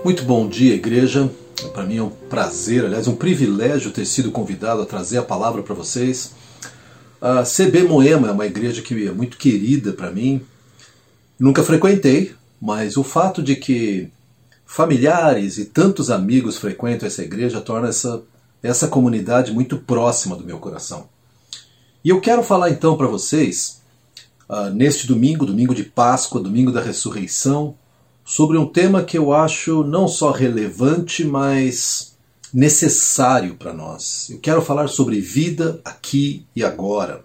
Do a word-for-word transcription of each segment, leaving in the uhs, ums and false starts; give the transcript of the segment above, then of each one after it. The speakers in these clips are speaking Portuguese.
Muito bom dia, igreja. Para mim é um prazer, aliás, um privilégio ter sido convidado a trazer a palavra para vocês. A C B Moema é uma igreja que é muito querida para mim. Nunca frequentei, mas o fato de que familiares e tantos amigos frequentam essa igreja torna essa, essa comunidade muito próxima do meu coração. E eu quero falar então para vocês, uh, neste domingo, domingo de Páscoa, domingo da ressurreição, sobre um tema que eu acho não só relevante, mas necessário para nós. Eu quero falar sobre vida aqui e agora.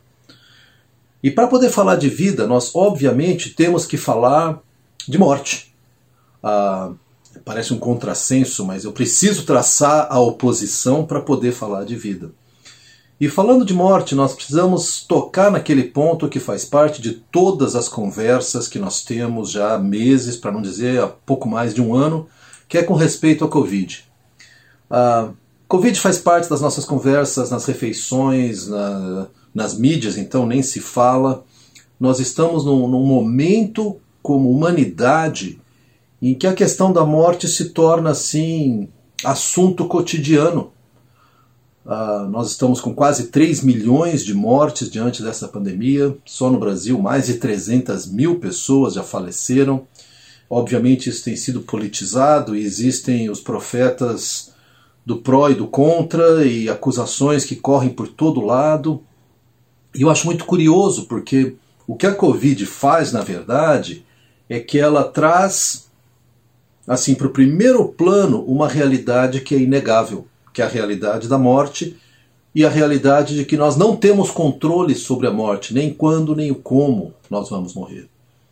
E para poder falar de vida, nós obviamente temos que falar de morte. Ah, parece um contrassenso, mas eu preciso traçar a oposição para poder falar de vida. E falando de morte, nós precisamos tocar naquele ponto que faz parte de todas as conversas que nós temos já há meses, para não dizer há pouco mais de um ano, que é com respeito à Covid. A Covid faz parte das nossas conversas, nas refeições, na, nas mídias, então nem se fala. Nós estamos num, num momento como humanidade em que a questão da morte se torna assim assunto cotidiano. Uh, nós estamos com quase três milhões de mortes diante dessa pandemia. Só no Brasil, mais de trezentas mil pessoas já faleceram. Obviamente isso tem sido politizado e existem os profetas do pró e do contra e acusações que correm por todo lado. E eu acho muito curioso porque o que a Covid faz, na verdade, é que ela traz assim, para o primeiro plano uma realidade que é inegável, que é a realidade da morte e a realidade de que nós não temos controle sobre a morte, nem quando, nem o como nós vamos morrer.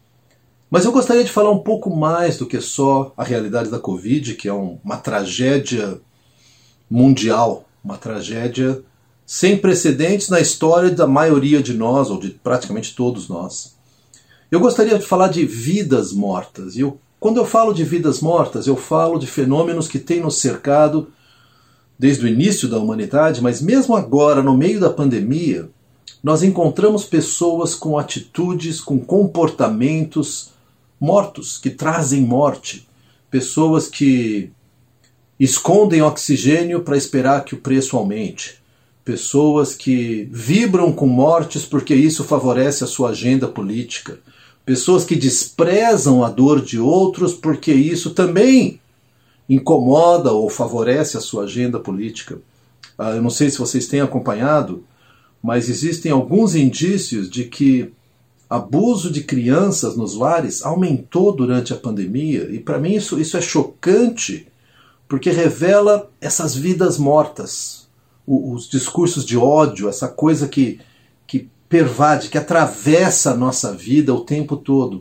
Mas eu gostaria de falar um pouco mais do que só a realidade da Covid, que é um, uma tragédia mundial, uma tragédia sem precedentes na história da maioria de nós, ou de praticamente todos nós. Eu gostaria de falar de vidas mortas. E eu, quando eu falo de vidas mortas, eu falo de fenômenos que têm nos cercado desde o início da humanidade, mas mesmo agora, no meio da pandemia, nós encontramos pessoas com atitudes, com comportamentos mortos, que trazem morte. Pessoas que escondem oxigênio para esperar que o preço aumente. Pessoas que vibram com mortes porque isso favorece a sua agenda política. Pessoas que desprezam a dor de outros porque isso também incomoda ou favorece a sua agenda política. Ah, eu não sei se vocês têm acompanhado, mas existem alguns indícios de que abuso de crianças nos lares aumentou durante a pandemia, e para mim isso, isso é chocante, porque revela essas vidas mortas, os, os discursos de ódio, essa coisa que, que pervade, que atravessa a nossa vida o tempo todo.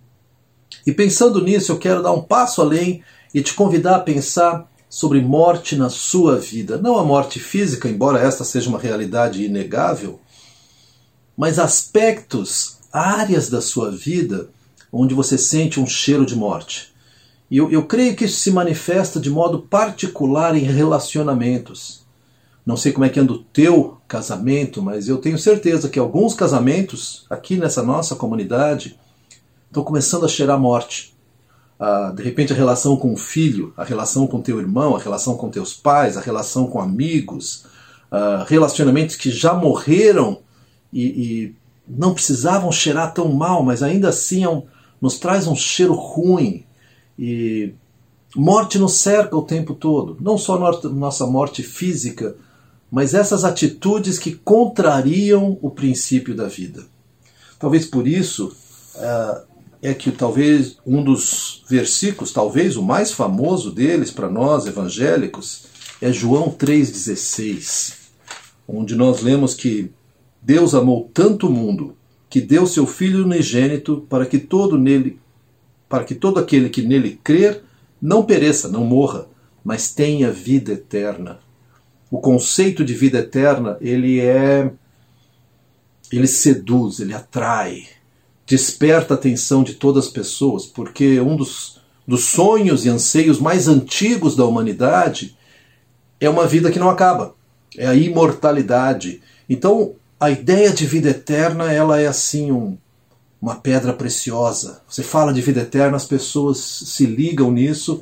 E pensando nisso, eu quero dar um passo além e te convidar a pensar sobre morte na sua vida. Não a morte física, embora esta seja uma realidade inegável, mas aspectos, áreas da sua vida onde você sente um cheiro de morte. E eu, eu creio que isso se manifesta de modo particular em relacionamentos. Não sei como é que anda o teu casamento, mas eu tenho certeza que alguns casamentos aqui nessa nossa comunidade estão começando a cheirar morte. Uh, de repente a relação com o filho, a relação com teu irmão, a relação com teus pais, a relação com amigos, uh, relacionamentos que já morreram e, e não precisavam cheirar tão mal, mas ainda assim é um, nos traz um cheiro ruim. E morte nos cerca o tempo todo, não só a nossa morte física, mas essas atitudes que contrariam o princípio da vida. Talvez por isso uh, é que talvez um dos versículos, talvez o mais famoso deles para nós evangélicos, é João três dezesseis, onde nós lemos que Deus amou tanto o mundo que deu seu Filho unigênito para que todo nele, para que todo aquele que nele crer não pereça, não morra, mas tenha vida eterna. O conceito de vida eterna, ele é, ele seduz, ele atrai, desperta a atenção de todas as pessoas, porque um dos, dos sonhos e anseios mais antigos da humanidade é uma vida que não acaba, é a imortalidade. Então, a ideia de vida eterna, ela é assim um, uma pedra preciosa. Você fala de vida eterna, as pessoas se ligam nisso,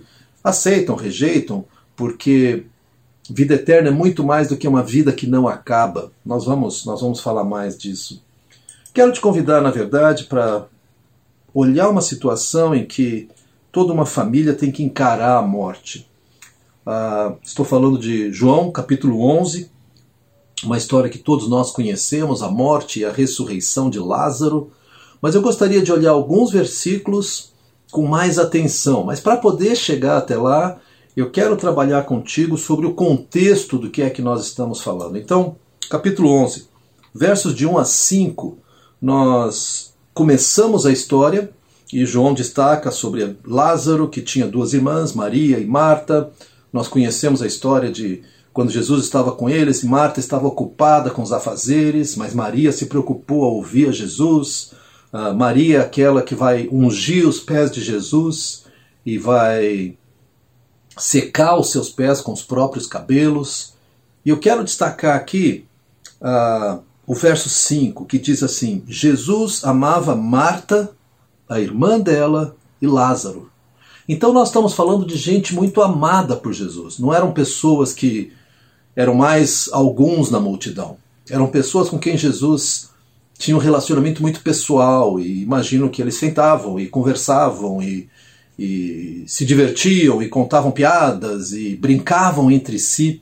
aceitam, rejeitam, porque vida eterna é muito mais do que uma vida que não acaba. Nós vamos, nós vamos falar mais disso. Quero te convidar, na verdade, para olhar uma situação em que toda uma família tem que encarar a morte. Ah, estou falando de João, capítulo onze, uma história que todos nós conhecemos, a morte e a ressurreição de Lázaro, mas eu gostaria de olhar alguns versículos com mais atenção. Mas para poder chegar até lá, eu quero trabalhar contigo sobre o contexto do que é que nós estamos falando. Então, capítulo onze, versos de um a cinco, nós começamos a história e João destaca sobre Lázaro, que tinha duas irmãs, Maria e Marta. Nós conhecemos a história de quando Jesus estava com eles, Marta estava ocupada com os afazeres, mas Maria se preocupou a ouvir a Jesus. Uh, Maria, aquela que vai ungir os pés de Jesus e vai secar os seus pés com os próprios cabelos. E eu quero destacar aqui uh, o verso cinco, que diz assim: Jesus amava Marta, a irmã dela, e Lázaro. Então nós estamos falando de gente muito amada por Jesus. Não eram pessoas que eram mais alguns na multidão. Eram pessoas com quem Jesus tinha um relacionamento muito pessoal, e imagino que eles sentavam e conversavam e, e se divertiam e contavam piadas e brincavam entre si.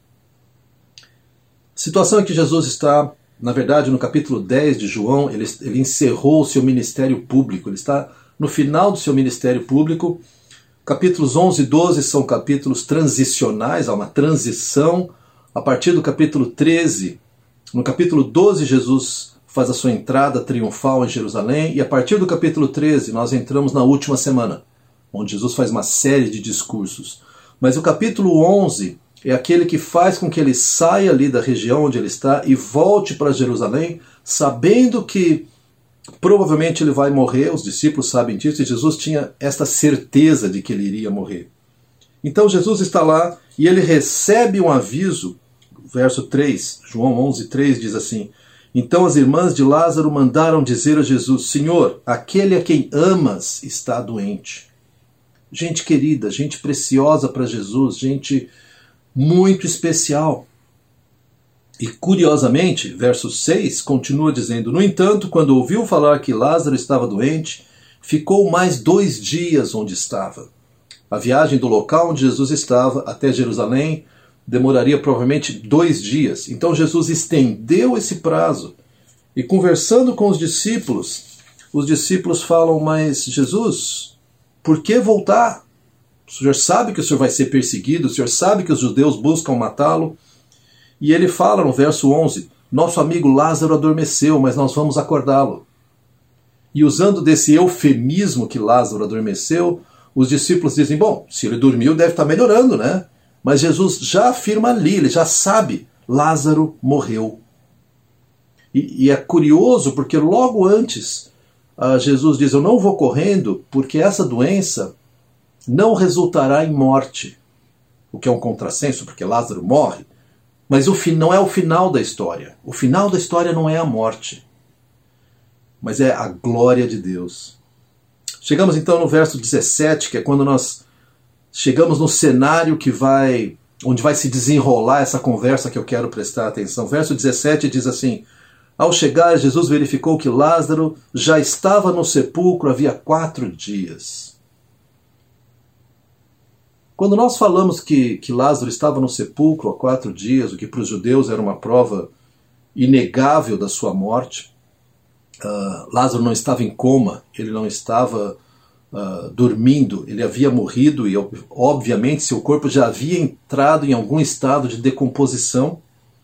A situação é que Jesus está, na verdade, no capítulo dez de João, ele, ele encerrou o seu ministério público, ele está no final do seu ministério público. Capítulos onze e doze são capítulos transicionais, há uma transição. A partir do capítulo treze, no capítulo doze, Jesus faz a sua entrada triunfal em Jerusalém, e a partir do capítulo treze nós entramos na última semana, onde Jesus faz uma série de discursos. Mas o capítulo onze é aquele que faz com que ele saia ali da região onde ele está e volte para Jerusalém, sabendo que provavelmente ele vai morrer. Os discípulos sabem disso, e Jesus tinha esta certeza de que ele iria morrer. Então Jesus está lá e ele recebe um aviso. Verso três, João onze, três diz assim: então as irmãs de Lázaro mandaram dizer a Jesus: Senhor, aquele a quem amas está doente. Gente querida, gente preciosa para Jesus, gente muito especial. E curiosamente, verso seis continua dizendo: no entanto, quando ouviu falar que Lázaro estava doente, ficou mais dois dias onde estava. A viagem do local onde Jesus estava até Jerusalém demoraria provavelmente dois dias. Então Jesus estendeu esse prazo. E conversando com os discípulos, os discípulos falam: mas Jesus, por que voltar? O Senhor sabe que o Senhor vai ser perseguido, o Senhor sabe que os judeus buscam matá-lo. E ele fala no verso onze: nosso amigo Lázaro adormeceu, mas nós vamos acordá-lo. E usando desse eufemismo que Lázaro adormeceu, os discípulos dizem: bom, se ele dormiu deve estar melhorando, né? Mas Jesus já afirma ali, ele já sabe, Lázaro morreu. E, e é curioso porque logo antes uh, Jesus diz: eu não vou correndo porque essa doença não resultará em morte. O que é um contrassenso, porque Lázaro morre. Mas o fim não é o final da história. O final da história não é a morte, mas é a glória de Deus. Chegamos então no verso dezessete, que é quando nós chegamos no cenário que vai, onde vai se desenrolar essa conversa que eu quero prestar atenção. Verso dezessete diz assim: ao chegar, Jesus verificou que Lázaro já estava no sepulcro havia quatro dias. Quando nós falamos que, que Lázaro estava no sepulcro há quatro dias, o que para os judeus era uma prova inegável da sua morte, uh, Lázaro não estava em coma, ele não estava uh, dormindo, ele havia morrido e, obviamente, seu corpo já havia entrado em algum estado de decomposição.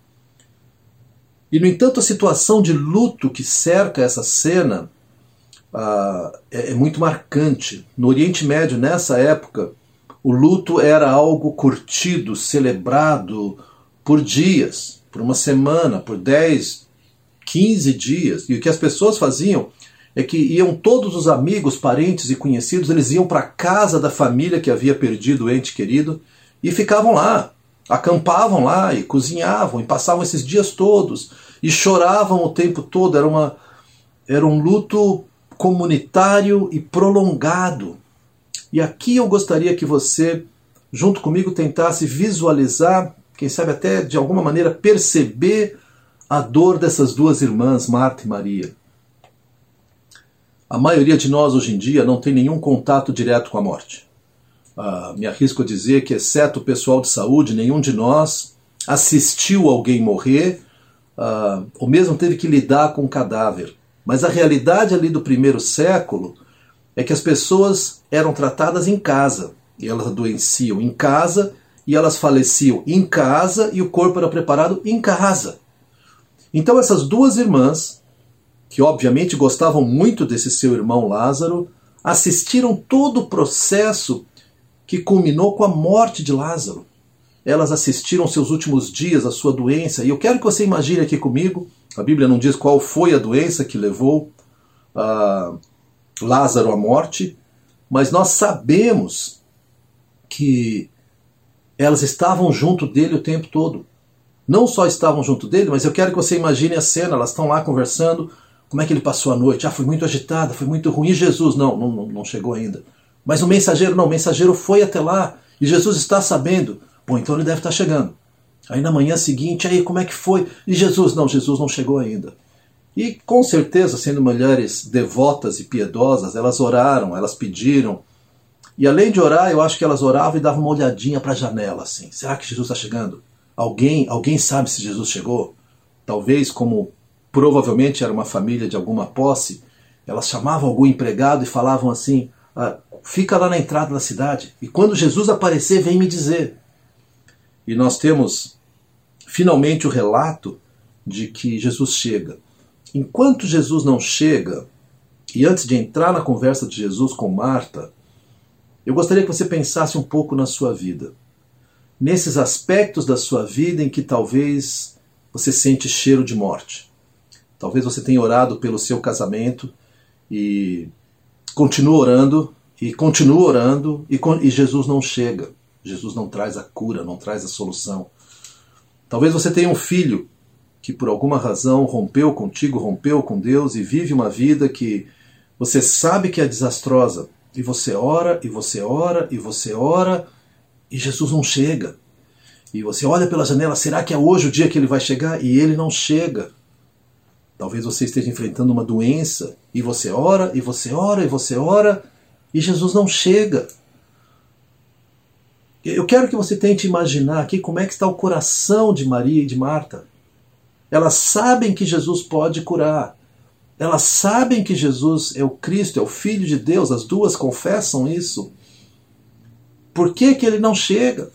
E, no entanto, a situação de luto que cerca essa cena uh, é, é muito marcante. No Oriente Médio, nessa época, o luto era algo curtido, celebrado por dias, por uma semana, por dez, quinze dias. E o que as pessoas faziam é que iam todos os amigos, parentes e conhecidos, eles iam para a casa da família que havia perdido o ente querido e ficavam lá, acampavam lá e cozinhavam e passavam esses dias todos e choravam o tempo todo. Era, uma, era um luto comunitário e prolongado. E aqui eu gostaria que você junto comigo, tentasse visualizar, quem sabe até de alguma maneira perceber a dor dessas duas irmãs, Marta e Maria. A maioria de nós hoje em dia não tem nenhum contato direto com a morte. Ah, me arrisco a dizer que, exceto o pessoal de saúde, nenhum de nós assistiu alguém morrer, ah, ou mesmo teve que lidar com um cadáver. Mas a realidade ali do primeiro século é que as pessoas eram tratadas em casa, e elas adoeciam em casa, e elas faleciam em casa, e o corpo era preparado em casa. Então essas duas irmãs, que obviamente gostavam muito desse seu irmão Lázaro, assistiram todo o processo que culminou com a morte de Lázaro. Elas assistiram seus últimos dias, a sua doença, e eu quero que você imagine aqui comigo, a Bíblia não diz qual foi a doença que levou a Lázaro à morte, mas nós sabemos que elas estavam junto dele o tempo todo. Não só estavam junto dele, mas eu quero que você imagine a cena, elas estão lá conversando, como é que ele passou a noite? Ah, foi muito agitada, foi muito ruim. E Jesus? Não, não, não chegou ainda. Mas o mensageiro, não, o mensageiro foi até lá, e Jesus está sabendo. Bom, então ele deve estar chegando. Aí na manhã seguinte, aí como é que foi? E Jesus? Não, Jesus não chegou ainda. E com certeza, sendo mulheres devotas e piedosas, elas oraram, elas pediram. E além de orar, eu acho que elas oravam e davam uma olhadinha para a janela, assim. Será que Jesus está chegando? Alguém, alguém sabe se Jesus chegou? Talvez, como provavelmente era uma família de alguma posse, elas chamavam algum empregado e falavam assim, ah, fica lá na entrada da cidade, e quando Jesus aparecer, vem me dizer. E nós temos finalmente o relato de que Jesus chega. Enquanto Jesus não chega, e antes de entrar na conversa de Jesus com Marta, eu gostaria que você pensasse um pouco na sua vida. Nesses aspectos da sua vida em que talvez você sente cheiro de morte. Talvez você tenha orado pelo seu casamento e continua orando, e continua orando, e, e Jesus não chega. Jesus não traz a cura, não traz a solução. Talvez você tenha um filho que por alguma razão rompeu contigo, rompeu com Deus e vive uma vida que você sabe que é desastrosa. E você ora, e você ora, e você ora, e Jesus não chega. E você olha pela janela, será que é hoje o dia que ele vai chegar? E ele não chega. Talvez você esteja enfrentando uma doença, e você ora, e você ora, e você ora, e Jesus não chega. Eu quero que você tente imaginar aqui como é que está o coração de Maria e de Marta. Elas sabem que Jesus pode curar. Elas sabem que Jesus é o Cristo, é o Filho de Deus, as duas confessam isso. Por que que ele não chega?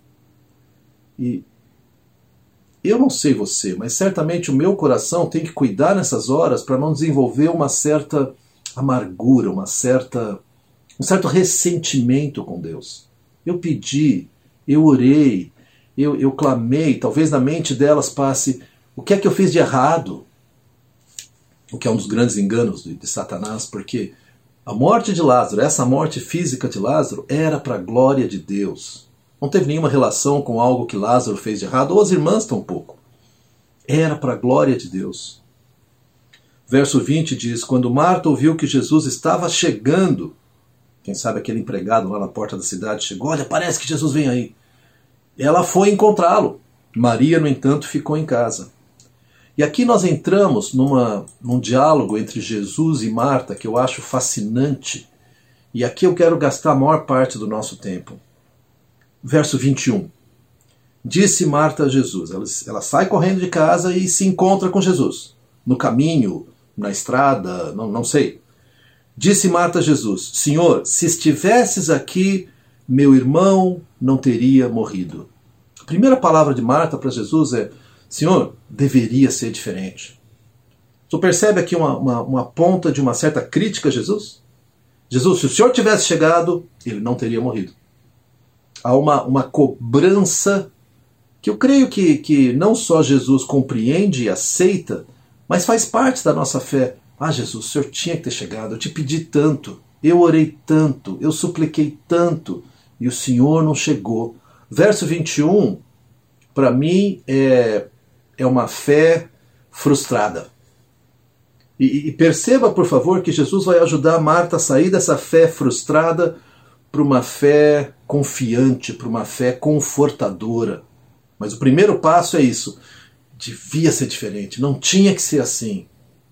E eu não sei você, mas certamente o meu coração tem que cuidar nessas horas para não desenvolver uma certa amargura, uma certa, um certo ressentimento com Deus. Eu pedi, eu orei, eu, eu clamei, talvez na mente delas passe, o que é que eu fiz de errado? O que é um dos grandes enganos de, de Satanás, porque a morte de Lázaro, essa morte física de Lázaro, era para a glória de Deus. Não teve nenhuma relação com algo que Lázaro fez de errado, ou as irmãs tampouco. Era para a glória de Deus. Verso vinte diz, quando Marta ouviu que Jesus estava chegando, quem sabe aquele empregado lá na porta da cidade chegou, olha, parece que Jesus vem aí. Ela foi encontrá-lo. Maria, no entanto, ficou em casa. E aqui nós entramos numa, num diálogo entre Jesus e Marta que eu acho fascinante. E aqui eu quero gastar a maior parte do nosso tempo. Verso vinte e um. Disse Marta a Jesus. Ela, ela sai correndo de casa e se encontra com Jesus. No caminho, na estrada, não, não sei. Disse Marta a Jesus, Senhor, se estivesses aqui, meu irmão não teria morrido. A primeira palavra de Marta para Jesus é, Senhor, deveria ser diferente. Você percebe aqui uma, uma, uma ponta de uma certa crítica a Jesus? Jesus, se o Senhor tivesse chegado, ele não teria morrido. Há uma, uma cobrança que eu creio que, que não só Jesus compreende e aceita, mas faz parte da nossa fé. Ah, Jesus, o Senhor tinha que ter chegado, eu te pedi tanto, eu orei tanto, eu supliquei tanto, e o Senhor não chegou. Verso vinte e um, para mim, é, é uma fé frustrada. E, e perceba, por favor, que Jesus vai ajudar Marta a sair dessa fé frustrada para uma fé confiante, para uma fé confortadora. Mas o primeiro passo é isso. Devia ser diferente, não tinha que ser assim.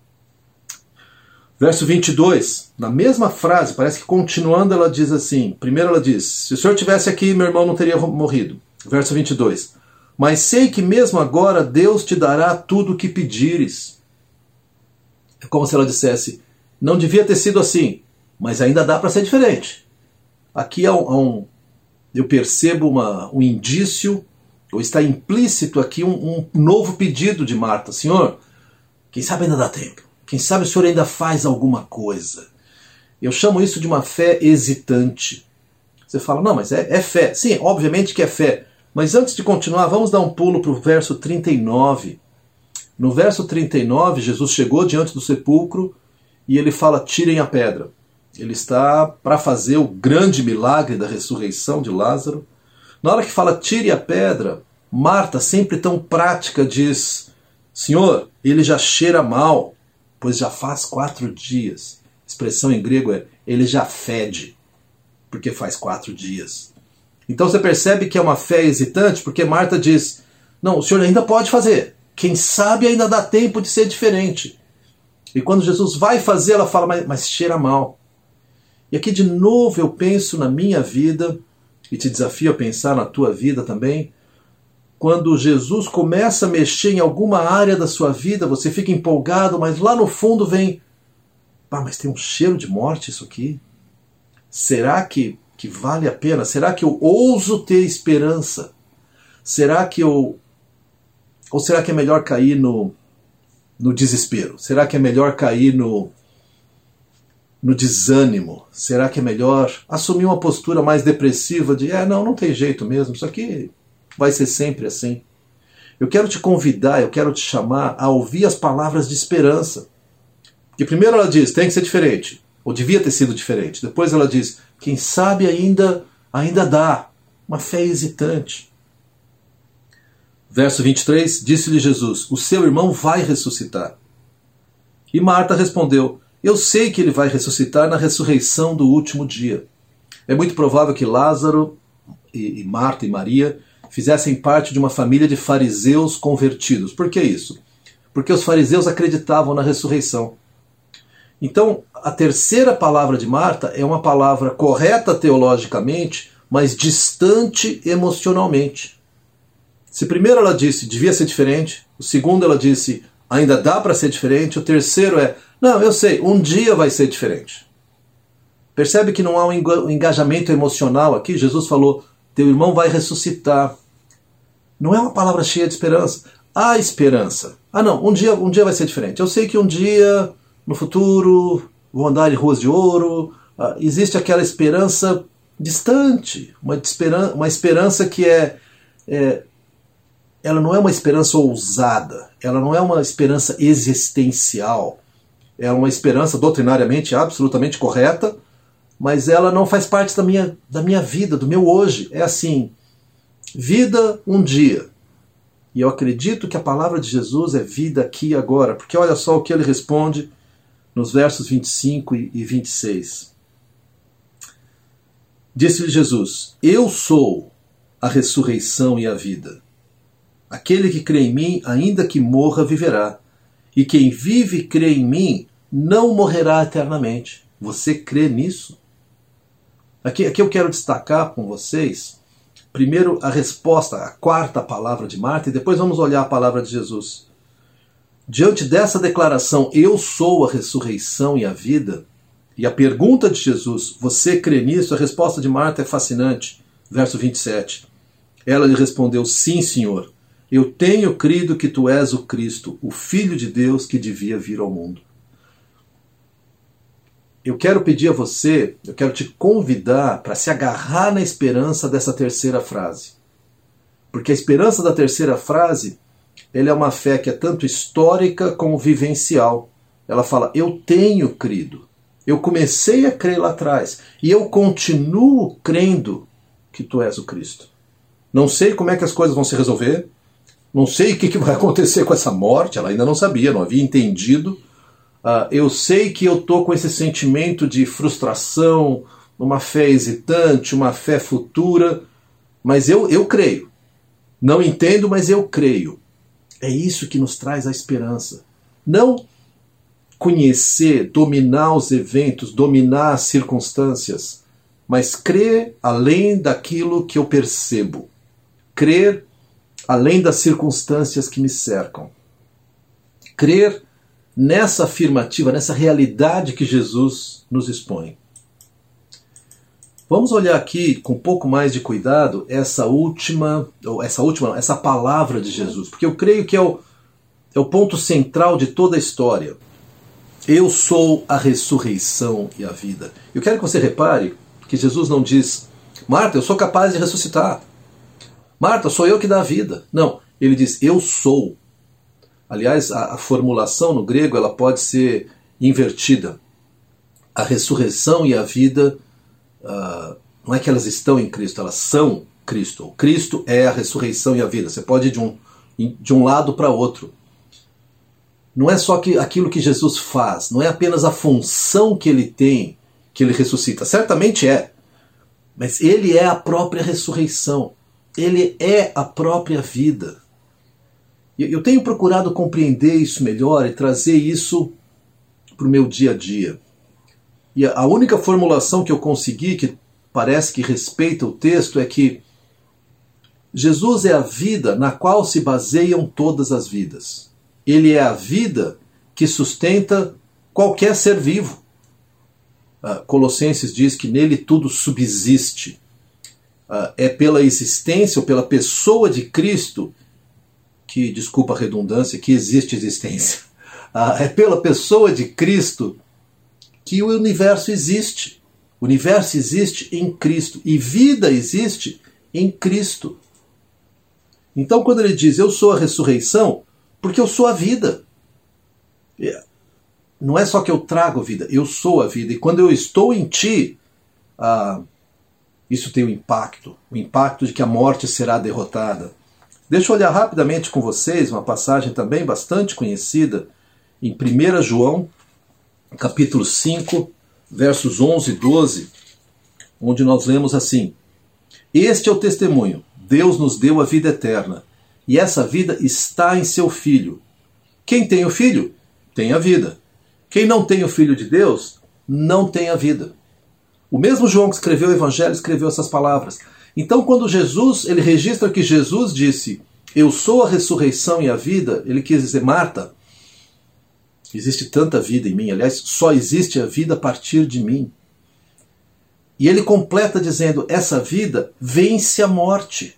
Verso vinte e dois, na mesma frase, parece que continuando ela diz assim, primeiro ela diz, se o senhor tivesse aqui, meu irmão não teria morrido. Verso vinte e dois, mas sei que mesmo agora Deus te dará tudo o que pedires. É como se ela dissesse, não devia ter sido assim, mas ainda dá para ser diferente. Aqui há um, há um, eu percebo uma, um indício, ou está implícito aqui um, um novo pedido de Marta. Senhor, quem sabe ainda dá tempo. Quem sabe o senhor ainda faz alguma coisa. Eu chamo isso de uma fé hesitante. Você fala, não, mas é, é fé. Sim, obviamente que é fé. Mas antes de continuar, vamos dar um pulo para o verso trinta e nove. No verso trinta e nove, Jesus chegou diante do sepulcro e ele fala, tirem a pedra. Ele está para fazer o grande milagre da ressurreição de Lázaro. Na hora que fala, tire a pedra, Marta, sempre tão prática, diz, Senhor, ele já cheira mal, pois já faz quatro dias. A expressão em grego é, ele já fede, porque faz quatro dias. Então você percebe que é uma fé hesitante, porque Marta diz, não, o senhor ainda pode fazer. Quem sabe ainda dá tempo de ser diferente. E quando Jesus vai fazer, ela fala, mas, mas cheira mal. E aqui de novo eu penso na minha vida, e te desafio a pensar na tua vida também. Quando Jesus começa a mexer em alguma área da sua vida, você fica empolgado, mas lá no fundo vem, ah, mas tem um cheiro de morte isso aqui. Será que, que vale a pena? Será que eu ouso ter esperança? Será que eu... Ou será que é melhor cair no, no desespero? Será que é melhor cair no... no desânimo? Será que é melhor assumir uma postura mais depressiva de, é, não, não tem jeito mesmo, isso aqui vai ser sempre assim? Eu quero te convidar, eu quero te chamar a ouvir as palavras de esperança. Que primeiro ela diz, tem que ser diferente, ou devia ter sido diferente. Depois ela diz, quem sabe ainda, ainda dá, uma fé hesitante. Verso vinte e três, disse-lhe Jesus, o seu irmão vai ressuscitar. E Marta respondeu, eu sei que ele vai ressuscitar na ressurreição do último dia. É muito provável que Lázaro e, e Marta e Maria fizessem parte de uma família de fariseus convertidos. Por que isso? Porque os fariseus acreditavam na ressurreição. Então, a terceira palavra de Marta é uma palavra correta teologicamente, mas distante emocionalmente. Se primeiro ela disse, devia ser diferente, o segundo ela disse, ainda dá para ser diferente, o terceiro é, não, eu sei, um dia vai ser diferente. Percebe que não há um engajamento emocional aqui? Jesus falou, teu irmão vai ressuscitar. Não é uma palavra cheia de esperança. Há esperança. Ah não, um dia, um dia vai ser diferente. Eu sei que um dia, no futuro, vou andar em ruas de ouro. Ah, existe aquela esperança distante. Uma esperança, uma esperança que é, é... Ela não é uma esperança ousada. Ela não é uma esperança existencial. É uma esperança doutrinariamente absolutamente correta, mas ela não faz parte da minha, da minha vida, do meu hoje. É assim, vida um dia. E eu acredito que a palavra de Jesus é vida aqui e agora, porque olha só o que ele responde nos versos vinte e cinco e vinte e seis. Disse-lhe Jesus, eu sou a ressurreição e a vida. Aquele que crê em mim, ainda que morra, viverá. E quem vive e crê em mim, não morrerá eternamente. Você crê nisso? Aqui, aqui eu quero destacar com vocês, primeiro a resposta, a quarta palavra de Marta, e depois vamos olhar a palavra de Jesus. Diante dessa declaração, eu sou a ressurreição e a vida, e a pergunta de Jesus, você crê nisso? A resposta de Marta é fascinante. Verso vinte e sete. Ela lhe respondeu, sim, Senhor. Eu tenho crido que tu és o Cristo, o Filho de Deus que devia vir ao mundo. Eu quero pedir a você, eu quero te convidar para se agarrar na esperança dessa terceira frase. Porque a esperança da terceira frase, ela é uma fé que é tanto histórica como vivencial. Ela fala, eu tenho crido. Eu comecei a crer lá atrás. E eu continuo crendo que tu és o Cristo. Não sei como é que as coisas vão se resolver. Não sei o que vai acontecer com essa morte. Ela ainda não sabia, não havia entendido. Uh, eu sei que eu estou com esse sentimento de frustração, uma fé hesitante, uma fé futura, mas eu, eu creio. Não entendo, mas eu creio. É isso que nos traz a esperança. Não conhecer, dominar os eventos, dominar as circunstâncias, mas crer além daquilo que eu percebo. Crer além das circunstâncias que me cercam. Crer nessa afirmativa, nessa realidade que Jesus nos expõe. Vamos olhar aqui com um pouco mais de cuidado essa última, ou essa última, essa palavra de Jesus, porque eu creio que é o, é o ponto central de toda a história. Eu sou a ressurreição e a vida. Eu quero que você repare que Jesus não diz, Marta, eu sou capaz de ressuscitar. Marta, sou eu que dá a vida. Não, ele diz, eu sou. Aliás, a, a formulação no grego ela pode ser invertida. A ressurreição e a vida, uh, não é que elas estão em Cristo, elas são Cristo. O Cristo é a ressurreição e a vida. Você pode ir de um, de um lado para outro. Não é só que, aquilo que Jesus faz, não é apenas a função que ele tem que ele ressuscita. Certamente é, mas ele é a própria ressurreição. Ele é a própria vida. Eu tenho procurado compreender isso melhor e trazer isso para o meu dia a dia. E a única formulação que eu consegui, que parece que respeita o texto, é que Jesus é a vida na qual se baseiam todas as vidas. Ele é a vida que sustenta qualquer ser vivo. Uh, Colossenses diz que nele tudo subsiste. Uh, é pela existência ou pela pessoa de Cristo que, desculpa a redundância, que existe existência. Uh, é pela pessoa de Cristo que o universo existe. O universo existe em Cristo. E vida existe em Cristo. Então quando ele diz, eu sou a ressurreição, porque eu sou a vida. Não é só que eu trago vida, eu sou a vida. E quando eu estou em ti, ah, isso tem um impacto. O impacto de que a morte será derrotada. Deixa eu olhar rapidamente com vocês uma passagem também bastante conhecida em primeira João, capítulo cinco, versos onze e doze, onde nós lemos assim: Este é o testemunho, Deus nos deu a vida eterna, e essa vida está em seu Filho. Quem tem o Filho, tem a vida. Quem não tem o Filho de Deus, não tem a vida. O mesmo João que escreveu o Evangelho escreveu essas palavras. Então, quando Jesus, ele registra que Jesus disse, eu sou a ressurreição e a vida, ele quis dizer, Marta, existe tanta vida em mim, aliás, só existe a vida a partir de mim. E ele completa dizendo, essa vida vence a morte.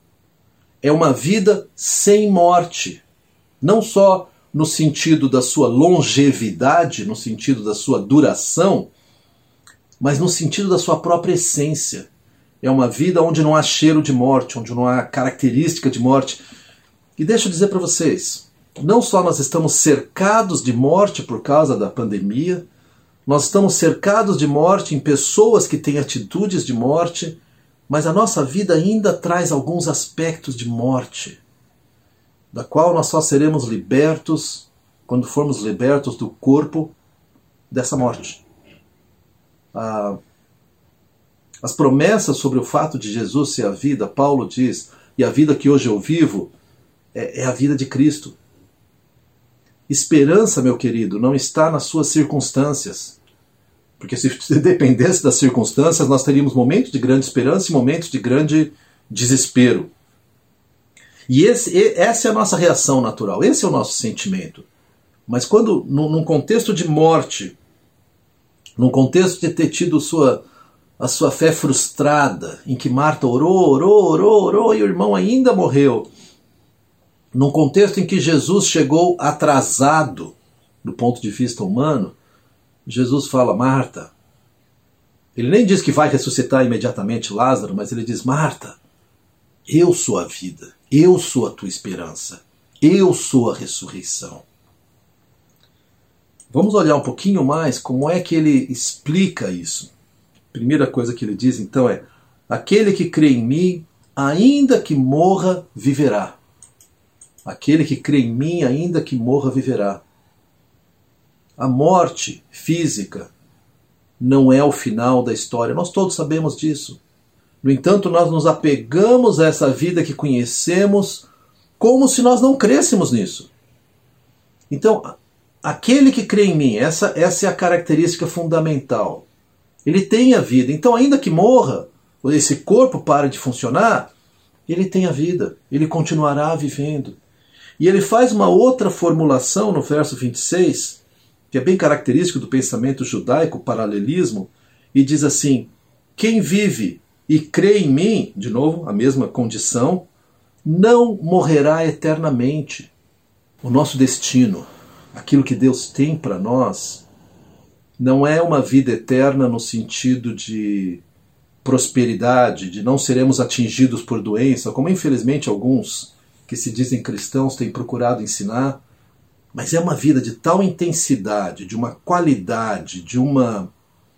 É uma vida sem morte. Não só no sentido da sua longevidade, no sentido da sua duração, mas no sentido da sua própria essência. É uma vida onde não há cheiro de morte, onde não há característica de morte. E deixa eu dizer para vocês, não só nós estamos cercados de morte por causa da pandemia, nós estamos cercados de morte em pessoas que têm atitudes de morte, mas a nossa vida ainda traz alguns aspectos de morte, da qual nós só seremos libertos quando formos libertos do corpo dessa morte. Ah, as promessas sobre o fato de Jesus ser a vida, Paulo diz, e a vida que hoje eu vivo é, é a vida de Cristo. Esperança, meu querido, não está nas suas circunstâncias. Porque se dependesse das circunstâncias, nós teríamos momentos de grande esperança e momentos de grande desespero. E esse, essa é a nossa reação natural, esse é o nosso sentimento. Mas quando, num contexto de morte, num contexto de ter tido sua, a sua fé frustrada, em que Marta orou, orou, orou, orou e o irmão ainda morreu, num contexto em que Jesus chegou atrasado do ponto de vista humano, Jesus fala, Marta, ele nem diz que vai ressuscitar imediatamente Lázaro, mas ele diz, Marta, eu sou a vida, eu sou a tua esperança, eu sou a ressurreição. Vamos olhar um pouquinho mais como é que ele explica isso. Primeira coisa que ele diz então é, aquele que crê em mim, ainda que morra, viverá. Aquele que crê em mim, ainda que morra, viverá. A morte física não é o final da história. Nós todos sabemos disso. No entanto, nós nos apegamos a essa vida que conhecemos como se nós não crêssemos nisso. Então, aquele que crê em mim, essa, essa é a característica fundamental. Ele tem a vida. Então, ainda que morra, esse corpo pare de funcionar, ele tem a vida. Ele continuará vivendo. E ele faz uma outra formulação no verso vinte e seis, que é bem característico do pensamento judaico, o paralelismo, e diz assim: quem vive e crê em mim, de novo, a mesma condição, não morrerá eternamente. O nosso destino, aquilo que Deus tem para nós, não é uma vida eterna no sentido de prosperidade, de não seremos atingidos por doença, como infelizmente alguns que se dizem cristãos têm procurado ensinar, mas é uma vida de tal intensidade, de uma qualidade, de uma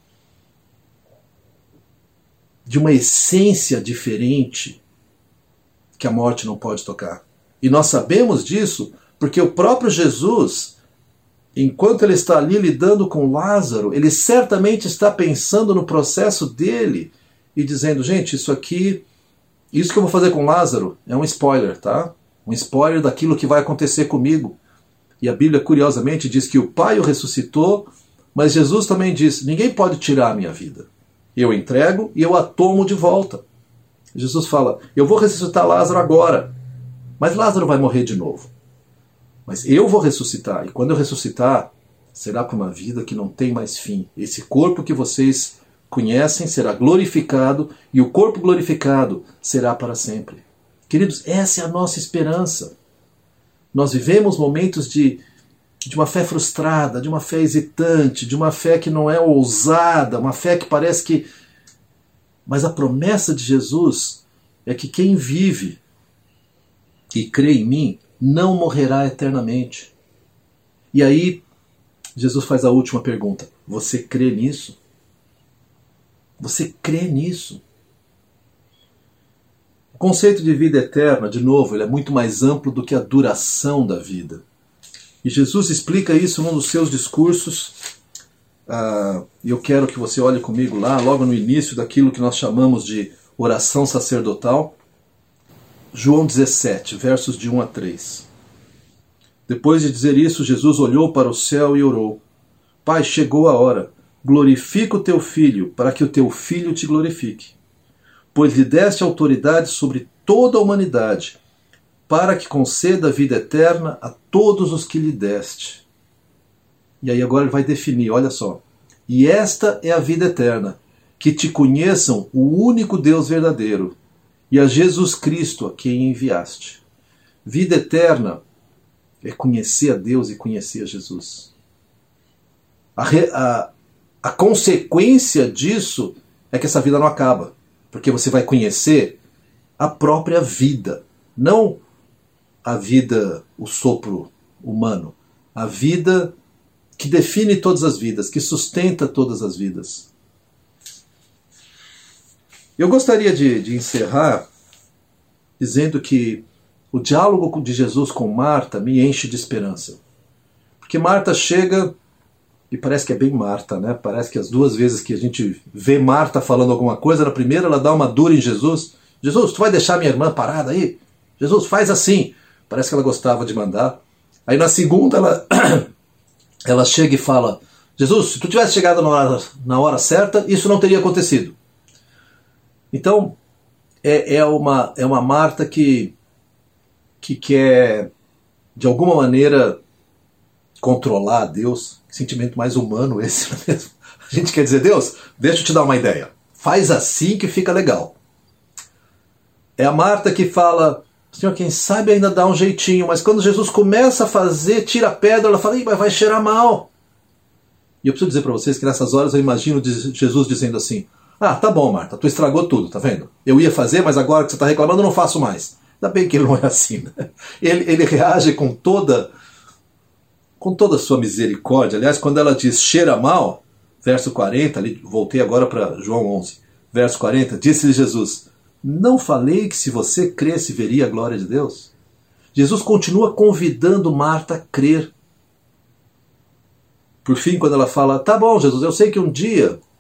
de uma essência diferente que a morte não pode tocar. E nós sabemos disso porque o próprio Jesus, enquanto ele está ali lidando com Lázaro, ele certamente está pensando no processo dele e dizendo, gente, isso aqui, isso que eu vou fazer com Lázaro é um spoiler, tá? Um spoiler daquilo que vai acontecer comigo. E a Bíblia, curiosamente, diz que o Pai o ressuscitou, mas Jesus também diz, ninguém pode tirar a minha vida. Eu entrego e eu a tomo de volta. Jesus fala, eu vou ressuscitar Lázaro agora, mas Lázaro vai morrer de novo. Mas eu vou ressuscitar, e quando eu ressuscitar, será para uma vida que não tem mais fim. Esse corpo que vocês conhecem será glorificado, e o corpo glorificado será para sempre. Queridos, essa é a nossa esperança. Nós vivemos momentos de, de uma fé frustrada, de uma fé hesitante, de uma fé que não é ousada, uma fé que parece que... Mas a promessa de Jesus é que quem vive e crê em mim não morrerá eternamente. E aí, Jesus faz a última pergunta. Você crê nisso? Você crê nisso? O conceito de vida eterna, de novo, ele é muito mais amplo do que a duração da vida. E Jesus explica isso num dos seus discursos. Uh, e eu quero que você olhe comigo lá, logo no início daquilo que nós chamamos de oração sacerdotal. João dezessete, versos de um a três. Depois de dizer isso, Jesus olhou para o céu e orou. Pai, chegou a hora. Glorifica o teu Filho, para que o teu Filho te glorifique. Pois lhe deste autoridade sobre toda a humanidade, para que conceda a vida eterna a todos os que lhe deste. E aí agora ele vai definir, olha só. E esta é a vida eterna, que te conheçam o único Deus verdadeiro, e a Jesus Cristo a quem enviaste. Vida eterna é conhecer a Deus e conhecer a Jesus. A, a, a consequência disso é que essa vida não acaba, porque você vai conhecer a própria vida, não a vida, o sopro humano, a vida que define todas as vidas, que sustenta todas as vidas. Eu gostaria de, de encerrar dizendo que o diálogo de Jesus com Marta me enche de esperança. Porque Marta chega, e parece que é bem Marta, né? Parece que as duas vezes que a gente vê Marta falando alguma coisa, na primeira ela dá uma dura em Jesus. Jesus, tu vai deixar minha irmã parada aí? Jesus, faz assim. Parece que ela gostava de mandar. Aí na segunda ela, ela chega e fala, Jesus, se tu tivesse chegado na hora, na hora certa, isso não teria acontecido. Então, é, é, uma, é uma Marta que, que quer, de alguma maneira, controlar Deus. Que sentimento mais humano esse, não é mesmo? A gente quer dizer, Deus, deixa eu te dar uma ideia. Faz assim que fica legal. É a Marta que fala, Senhor, quem sabe ainda dá um jeitinho, mas quando Jesus começa a fazer, tira a pedra, ela fala, Ih, mas vai cheirar mal. E eu preciso dizer para vocês que nessas horas eu imagino Jesus dizendo assim, ah, tá bom, Marta, tu estragou tudo, tá vendo? Eu ia fazer, mas agora que você está reclamando, eu não faço mais. Ainda bem que ele não é assim, né? Ele, ele reage com toda, com toda a sua misericórdia. Aliás, quando ela diz cheira mal, verso quarenta, ali, voltei agora para João onze, verso quarenta, disse-lhe Jesus, não falei que se você cresce veria a glória de Deus? Jesus continua convidando Marta a crer. Por fim, quando ela fala, tá bom, Jesus, eu sei que um dia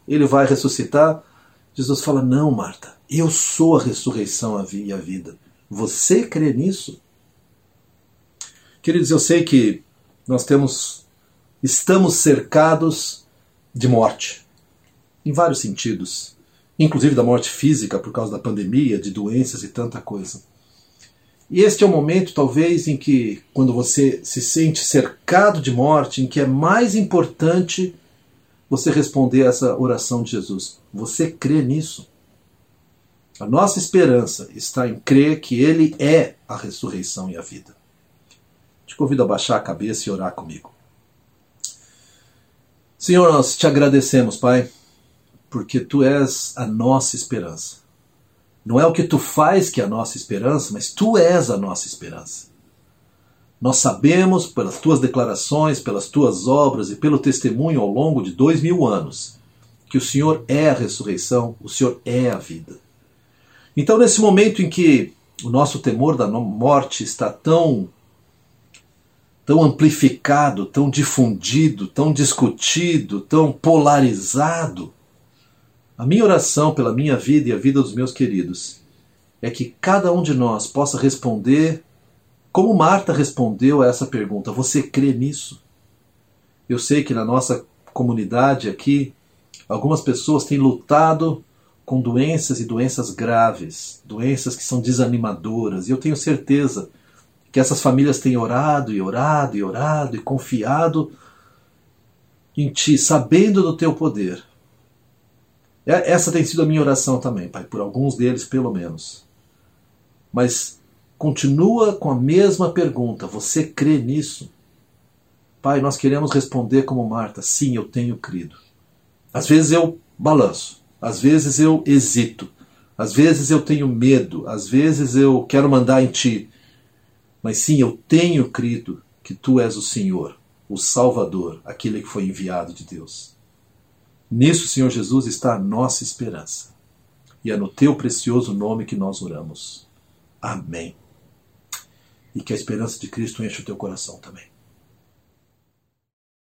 ele vai ressuscitar. Jesus fala, não, Marta, eu sou a ressurreição e a vida. Você crê nisso? Queridos, eu sei que nós temos, estamos cercados de morte, em vários sentidos, inclusive da morte física por causa da pandemia, de doenças e tanta coisa. E este é o momento, talvez, em que, quando você se sente cercado de morte, em que é mais importante você responder essa oração de Jesus. Você crê nisso? A nossa esperança está em crer que Ele é a ressurreição e a vida. Te convido a baixar a cabeça e orar comigo. Senhor, nós te agradecemos, Pai, porque Tu és a nossa esperança. Não é o que Tu faz que é a nossa esperança, mas Tu és a nossa esperança. Nós sabemos, pelas Tuas declarações, pelas Tuas obras e pelo testemunho ao longo de dois mil anos, que o Senhor é a ressurreição, o Senhor é a vida. Então, nesse momento em que o nosso temor da morte está tão, tão amplificado, tão difundido, tão discutido, tão polarizado, a minha oração pela minha vida e a vida dos meus queridos é que cada um de nós possa responder como Marta respondeu a essa pergunta. Você crê nisso? Eu sei que na nossa comunidade aqui, algumas pessoas têm lutado com doenças e doenças graves, doenças que são desanimadoras, e eu tenho certeza que essas famílias têm orado e orado e orado e confiado em Ti, sabendo do Teu poder. Essa tem sido a minha oração também, Pai, por alguns deles pelo menos. Mas continua com a mesma pergunta, você crê nisso? Pai, nós queremos responder como Marta, sim, eu tenho crido. Às vezes eu balanço, às vezes eu hesito, às vezes eu tenho medo, às vezes eu quero mandar em Ti. Mas sim, eu tenho crido que Tu és o Senhor, o Salvador, aquele que foi enviado de Deus. Nisso, Senhor Jesus, está a nossa esperança. E é no Teu precioso nome que nós oramos. Amém. E que a esperança de Cristo enche o teu coração também.